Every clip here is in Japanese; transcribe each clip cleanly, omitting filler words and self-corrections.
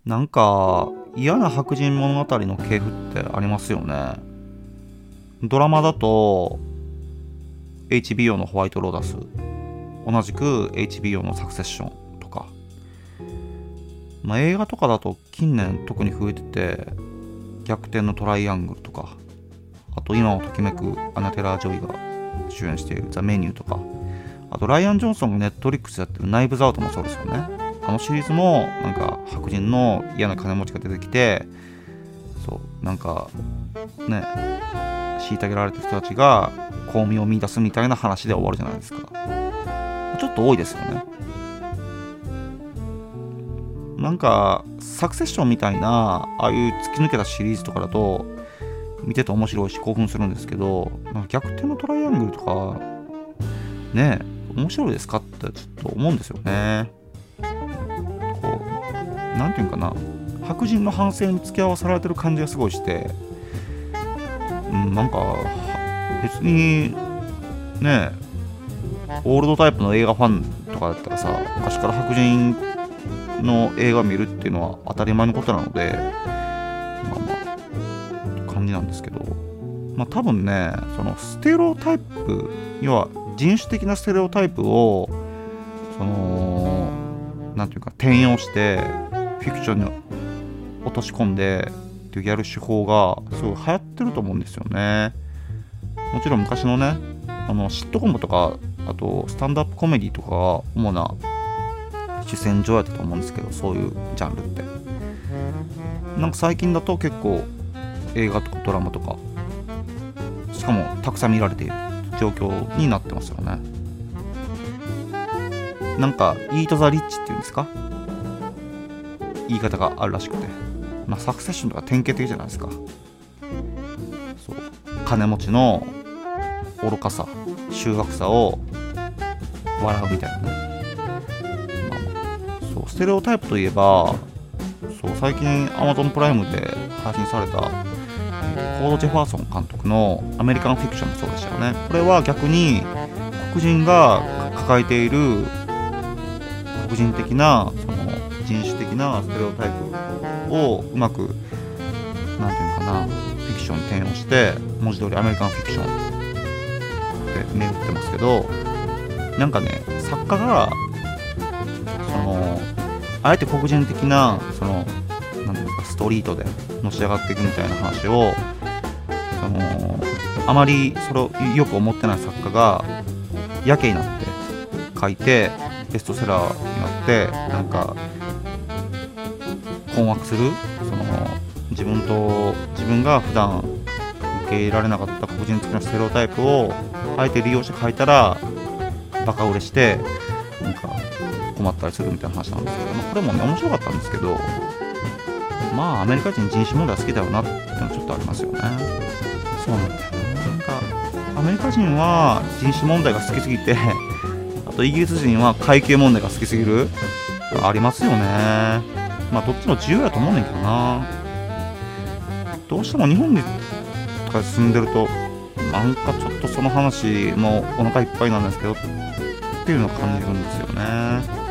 なんか嫌な白人物語の系譜ってありますよね。ドラマだと HBO のホワイトローダス、同じく HBO のサクセッションとか、映画とかだと近年特に増えてて、逆転のトライアングルとか、あと今をときめくアナ・テラー・ジョイが主演しているザ・メニューとか、あとライアン・ジョンソンがネットリックスでやってるナイブズ・アウトもそうですよね。あのシリーズもなんか白人の嫌な金持ちが出てきて、そうなんかね、虐げられてる人たちが巧妙を見出すみたいな話で終わるじゃないですか。ちょっと多いですよね。なんかサクセッションみたいなああいう突き抜けたシリーズとかだと見てて面白いし興奮するんですけど、なんか逆転のトライアングルとかね、面白いですかってちょっと思うんですよね。こうなんていうかな、白人の反省に付き合わされてる感じがすごいして、なんか別にね、オールドタイプの映画ファンとかだったらさ、昔から白人の映画を見るっていうのは当たり前のことなので、感じなんですけど、多分ね、そのステレオタイプ、要は人種的なステレオタイプをなんていうか転用してフィクションに落とし込んでっていうやる手法がすごい流行ってると思うんですよね。もちろん昔のね、シットコムとか、あとスタンドアップコメディとかが主な主戦場やったと思うんですけど、そういうジャンルってなんか最近だと結構映画とかドラマとか、しかもたくさん見られている状況になってますよね。なんかイートザリッチっていうんですか、言い方があるらしくて、サクセッションとか典型的じゃないですか。そう、金持ちの愚かさ、修学さを笑うみたいなね。そう、ステレオタイプといえば、そう、最近 Amazon プライムで配信されたコード・ジェファーソン監督のアメリカンフィクションもそうでしたよね。これは逆に黒人が抱えている黒人的なその人種的なステレオタイプをうまく、なんていうのかな、フィクションに転用して、文字通りアメリカンフィクションって銘打ってますけど、なんかね、作家があえて黒人的ななんていうかストリートでのし上がっていくみたいな話を、あまりそれをよく思ってない作家がやけになって書いてベストセラーになって、なんか困惑する、自分が普段受け入れられなかった黒人的なステレオタイプをあえて利用して書いたらバカ売れして、なんか困ったりするみたいな話なんですけど、これもね面白かったんですけど、アメリカ人人種問題好きだよなってのはちょっとありますよね。そうなんだよね。なんかアメリカ人は人種問題が好きすぎてあとイギリス人は階級問題が好きすぎる、ありますよね。どっちも自由だと思うねんけどな。どうしても日本にとか住んでると、なんかちょっとその話もお腹いっぱいなんですけどっていうのを感じるんですよね。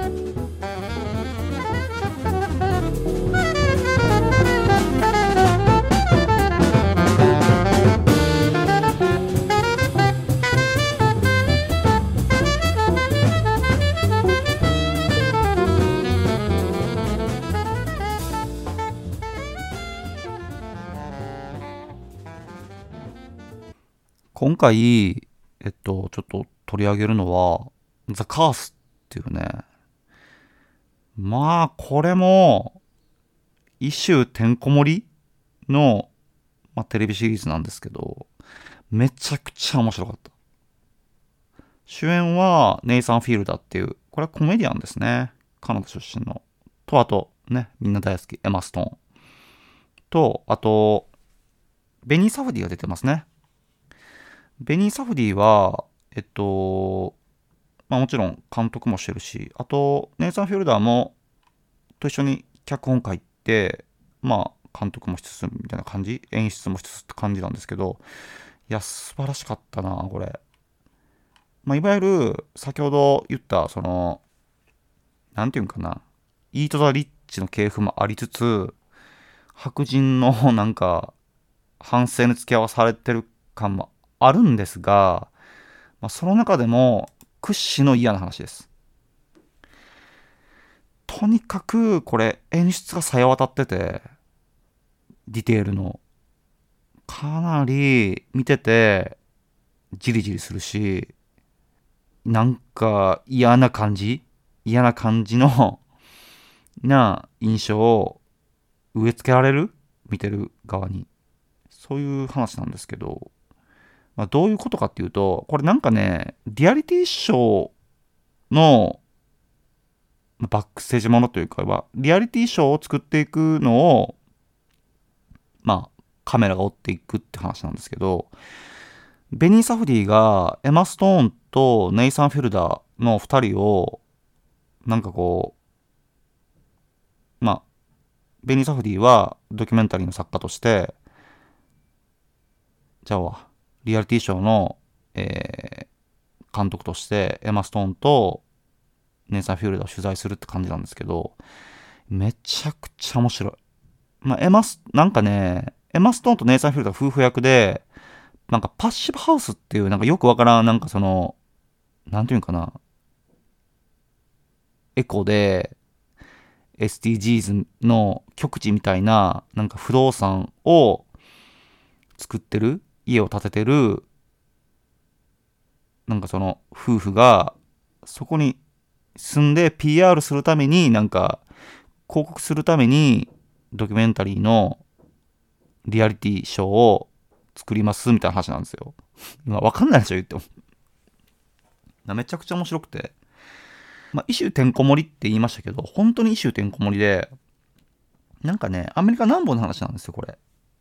今回ちょっと取り上げるのはザ・カースっていうね、これも一種てんこ盛りの、テレビシリーズなんですけど、めちゃくちゃ面白かった。主演はネイサン・フィールダーっていう、これはコメディアンですね。カナダ出身の。と、あとね、みんな大好きエマ・ストーンと、あとベニー・サフディが出てますね。ベニー・サフディはもちろん監督もしてるし、あとネイサン・フィールダーもと一緒に脚本書いて、監督もしつつみたいな感じ、演出もしつつって感じなんですけど、いや素晴らしかったなこれ。いわゆる先ほど言ったなんていうんかな、イート・ザ・リッチの系譜もありつつ、白人のなんか反省に付き合わされてる感もあるんですが、その中でも屈指の嫌な話です。とにかくこれ演出がさえ渡ってて、ディテールのかなり見ててジリジリするし、なんか嫌な感じのな印象を植え付けられる、見てる側に。そういう話なんですけど、どういうことかっていうと、これなんかね、リアリティショーのバックステージものというか、リアリティショーを作っていくのを、カメラが追っていくって話なんですけど、ベニー・サフディがエマ・ストーンとネイサン・フィルダーの2人をなんかこう、ベニー・サフディはドキュメンタリーの作家として、リアリティショーの、監督としてエマ・ストーンとネイサン・フィルダーを取材するって感じなんですけど、めちゃくちゃ面白い。エマ・ストーンとネイサン・フィルダー夫婦役で、なんかパッシブハウスっていうなんかよくわからん、なんかその、なんていうんかな、エコで SDGs の極地みたいな、なんか不動産を作ってる、家を建ててる、なんかその夫婦がそこに住んで PR するために、なんか広告するためにドキュメンタリーのリアリティショーを作りますみたいな話なんですよ。わかんないでしょ言っても。めちゃくちゃ面白くて。イシューてんこ盛りって言いましたけど、本当にイシューてんこ盛りで、なんかね、アメリカ南部の話なんですよ、これ。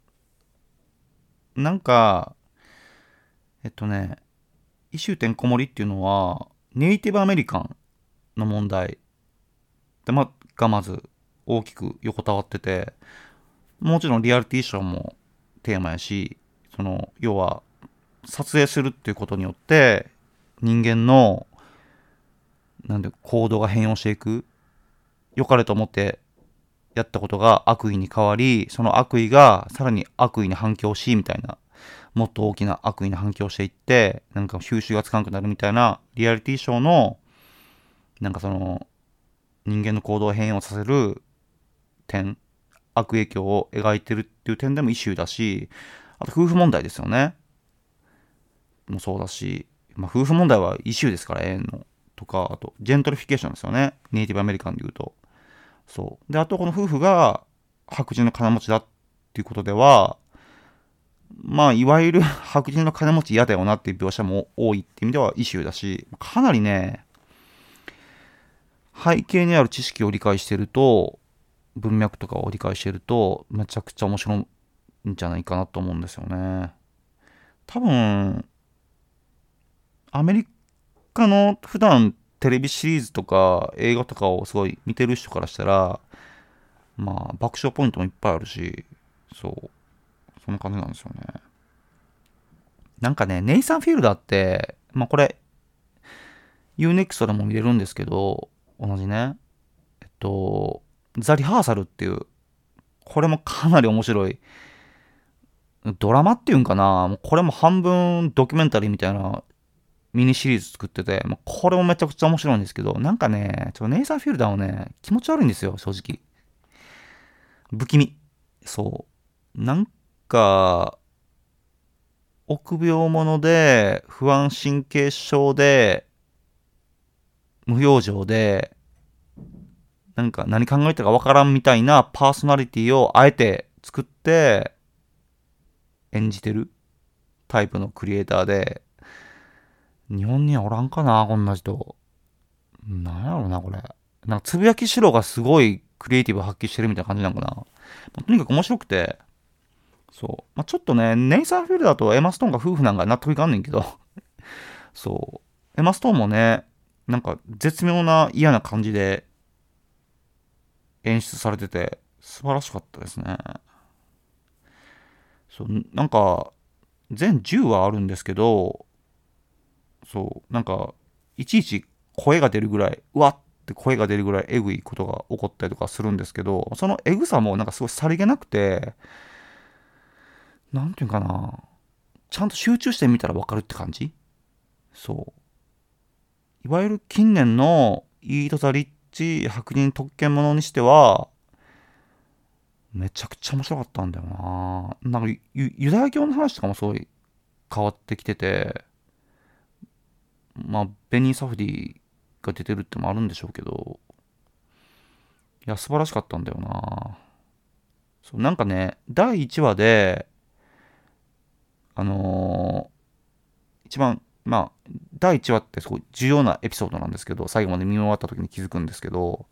なんか、イシューてんこ盛りっていうのは、ネイティブアメリカンの問題で、がまず大きく横たわってて、もちろんリアリティショーもテーマやし、その、要は、撮影するっていうことによって、人間の、行動が変容していく。良かれと思ってやったことが悪意に変わり、その悪意がさらに悪意に反響し、みたいな。もっと大きな悪意に反響していって、なんか収拾がつかなくなるみたいな、リアリティショーの、なんかその、人間の行動を変容させる点、悪影響を描いてるっていう点でもイシューだし、あと夫婦問題ですよね。もそうだし、夫婦問題はイシューですから、の。とか、あと、ジェントリフィケーションですよね。ネイティブアメリカンで言うと。そう。で、あとこの夫婦が白人の金持ちだっていうことでは、いわゆる白人の金持ち嫌だよなっていう描写も多いっていう意味ではイシューだし、かなりね、背景にある知識を理解してると、文脈とかを理解してると、めちゃくちゃ面白いんじゃないかなと思うんですよね。多分、アメリカの普段テレビシリーズとか映画とかをすごい見てる人からしたら、爆笑ポイントもいっぱいあるし、そう、そんな感じなんですよね。なんかね、ネイサン・フィールダーって、これ、UNEXT でも見れるんですけど、同じね、ザ・リハーサルっていう、これもかなり面白い、ドラマっていうんかな、もうこれも半分ドキュメンタリーみたいなミニシリーズ作ってて、これもめちゃくちゃ面白いんですけど、なんかね、ネイサン・フィールダーはね、気持ち悪いんですよ、正直。不気味。そう。なんか、臆病者で、不安神経症で、無表情で、なんか何考えてるかわからんみたいなパーソナリティをあえて作って演じてるタイプのクリエイターで、日本にはおらんかな、こんな人。なんやろな、これ。なんかつぶやきしろがすごいクリエイティブ発揮してるみたいな感じなのかな。とにかく面白くて、そう。ちょっとね、ネイサン・フィルダーとエマ・ストーンが夫婦なんか納得いかんねんけど、そう。エマ・ストーンもね、なんか絶妙な嫌な感じで演出されてて、素晴らしかったですね。そう、なんか、全10話あるんですけど、そう、なんか、いちいち声が出るぐらい、うわっっって声が出るぐらいエグいことが起こったりとかするんですけど、そのエグさもなんかすごいさりげなくて、なんていうかな、ちゃんと集中してみたらわかるって感じ。そう。いわゆる近年のイート・ザ・リッチ白人特権者にしては、めちゃくちゃ面白かったんだよな。なんかユダヤ教の話とかもすごい変わってきてて、まあ、ベニー・サフディが出てるってのもあるんでしょうけど、いや、素晴らしかったんだよな。そう、なんかね、第1話で、一番、まあ、第1話ってすごい重要なエピソードなんですけど、最後まで見終わった時に気づくんですけど、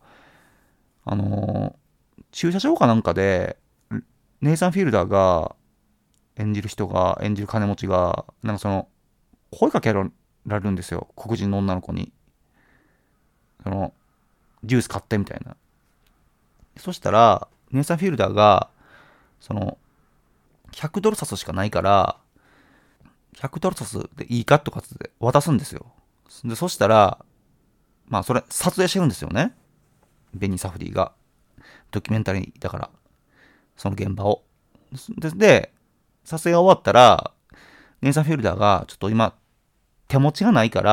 駐車場かなんかで、ネイサン・フィールダーが演じる金持ちが、なんかその、声かけられるんですよ。黒人の女の子に。その、ジュース買ってみたいな。そしたら、ネイサン・フィールダーが、その、100ドル札しかないから、100ドル札でいいかとかって渡すんですよ。で、そしたら、まあ、それ、撮影してるんですよね。ベニー・サフディが。ドキュメンタリーだから、その現場を。で、撮影が終わったら、ネイサン・フィールダーが、ちょっと今、手持ちがないから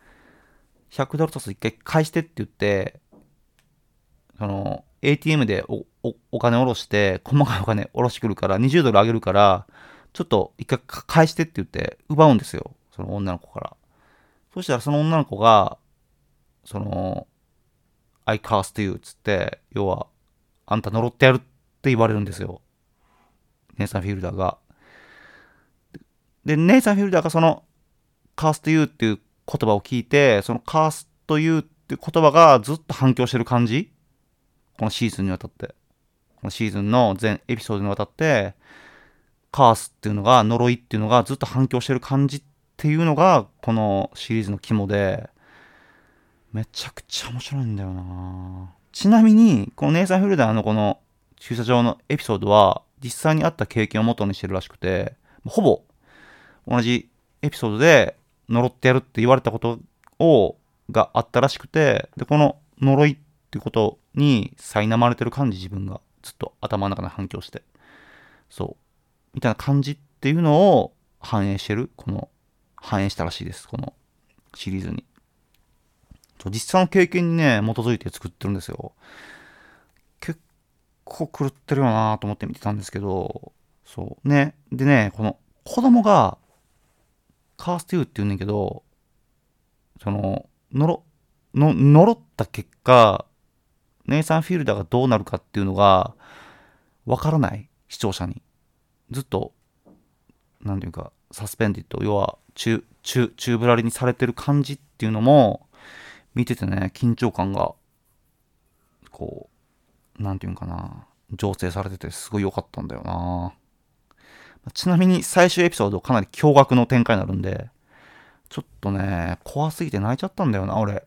、100ドル札一回返してって言って、その、ATM でお金下ろして、細かいお金下ろしてくるから、20ドルあげるから、ちょっと一回返してって言って奪うんですよ。その女の子から。そしたらその女の子が、その、I cast you つって、要は、あんた呪ってやるって言われるんですよ。ネイサン・フィールダーが。で、ネイサン・フィールダーがその、cast you っていう言葉を聞いて、その cast you っていう言葉がずっと反響してる感じ。このシーズンにわたって。このシーズンの全エピソードにわたって、カースっていうのが、呪いっていうのがずっと反響してる感じっていうのが、このシリーズの肝で、めちゃくちゃ面白いんだよな。ちなみに、このネイサン・フィルダーのこの駐車場のエピソードは、実際にあった経験を元にしてるらしくて、ほぼ同じエピソードで呪ってやるって言われたことがあったらしくて、で、この呪いっていうことに苛まれてる感じ、自分がずっと頭の中で反響して、そうみたいな感じっていうのを反映したらしいです、このシリーズに。実際の経験にね、基づいて作ってるんですよ。結構狂ってるよなと思って見てたんですけど、そうね。でね、この子供がカーステューって言うねんけど、その呪った結果、ネイサン・フィールダーがどうなるかっていうのがわからない、視聴者に。ずっとなんていうかサスペンディット、要は宙ぶらりにされてる感じっていうのも見ててね、緊張感がこうなんていうかな、醸成されててすごい良かったんだよな。ちなみに最終エピソードかなり驚愕の展開になるんで、ちょっとね怖すぎて泣いちゃったんだよな俺。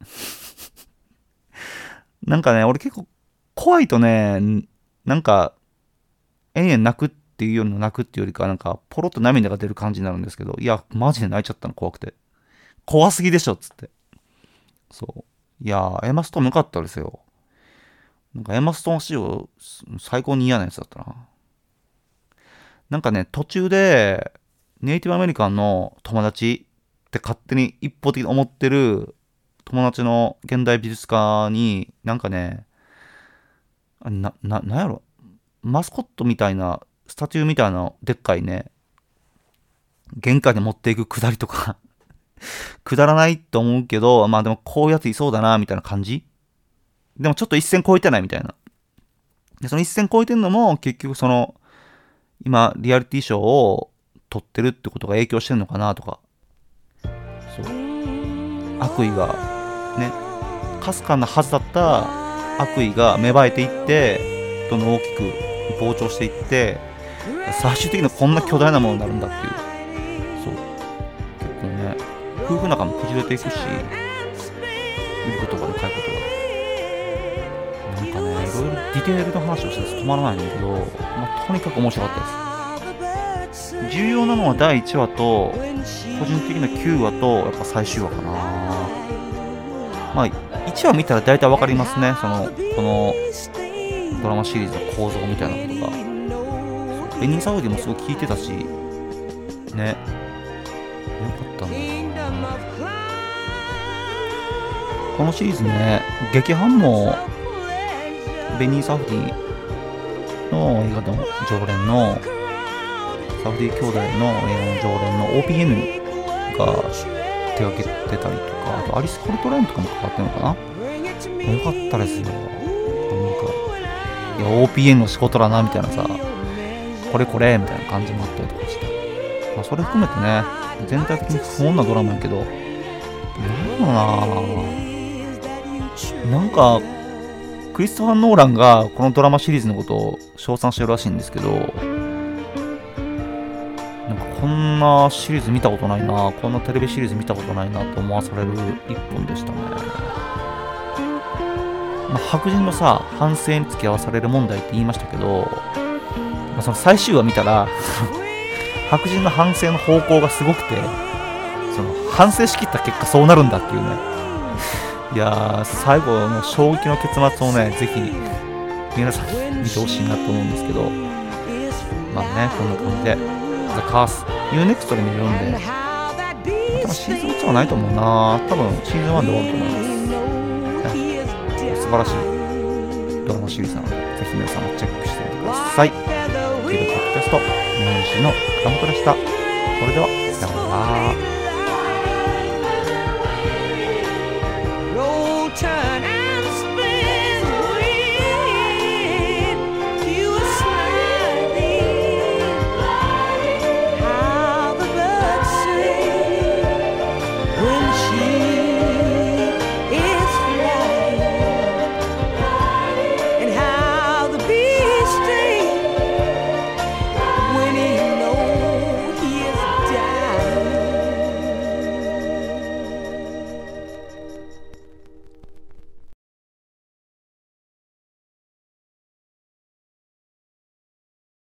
なんかね、俺結構怖いとね、なんか延々泣くっていうよりの泣くっていうよりか、なんかポロッと涙が出る感じになるんですけど、いやマジで泣いちゃったの、怖くて。怖すぎでしょっつって。そう。いやエマストーン良かったですよ。なんかエマストーン史上最高に嫌なやつだったな。なんかね、途中でネイティブアメリカンの友達って勝手に一方的に思ってる友達の現代美術家に、なんかね、なんやろ、マスコットみたいな、スタチューみたいなでっかいね、玄関で持っていくくだりとかくだらないと思うけど、まあでもこういうやついそうだなみたいな感じ。でもちょっと一線超えてないみたいな。でその一線超えてんのも結局その今リアリティショーを撮ってるってことが影響してんのかなとか。そう、悪意がね、かすかなはずだった悪意が芽生えていって、どんどん大きく膨張していって、最終的にはこんな巨大なものになるんだっていう。そう、結構ね、夫婦仲も崩れていくし、いい言葉でかい言葉、なんかね、いろいろディテールの話をして止まらないんだけど、まあ、とにかく面白かったです。重要なのは第1話と個人的な9話とやっぱ最終話かな。まあ 1話見たら大体わかりますね。このドラマシリーズの構造みたいなことが。ベニー・サウディもすごい聞いてたしね、よかったんだよな。このシリーズね、劇伴もベニー・サウディの映画の常連のサウディ兄弟の映画の常連の OPM が手掛けてたりとか、あとアリス・コルトレーンとかも関わってるのかな。よかったですよ。なんかいや OPM の仕事だなみたいなさ、これみたいな感じもあったりとかして、まあ、それ含めてね、全体的に不穏なドラマやけど、なんだろうな、なんかクリストファー・ノーランがこのドラマシリーズのことを称賛してるらしいんですけど、なんかこんなシリーズ見たことないな、こんなテレビシリーズ見たことないなと思わされる一本でしたね。まあ、白人のさ反省に付き合わされる問題って言いましたけど、まあ、その最終話見たら白人の反省の方向がすごくて、その反省しきった結果そうなるんだっていうね。いやー、最後の衝撃の結末をね、ぜひ皆さん見てほしいなと思うんですけど、まあね、こんな感じでThe Curse UNEXT で見れるんで、多分シーズン1はないと思うな。多分シーズン1で終わると思います、ね、素晴らしいドラマシリーズなので、ぜひ皆さんもチェックしてみてください。というポッドキャスト、日本史の倉本でした。それでは、さようなら。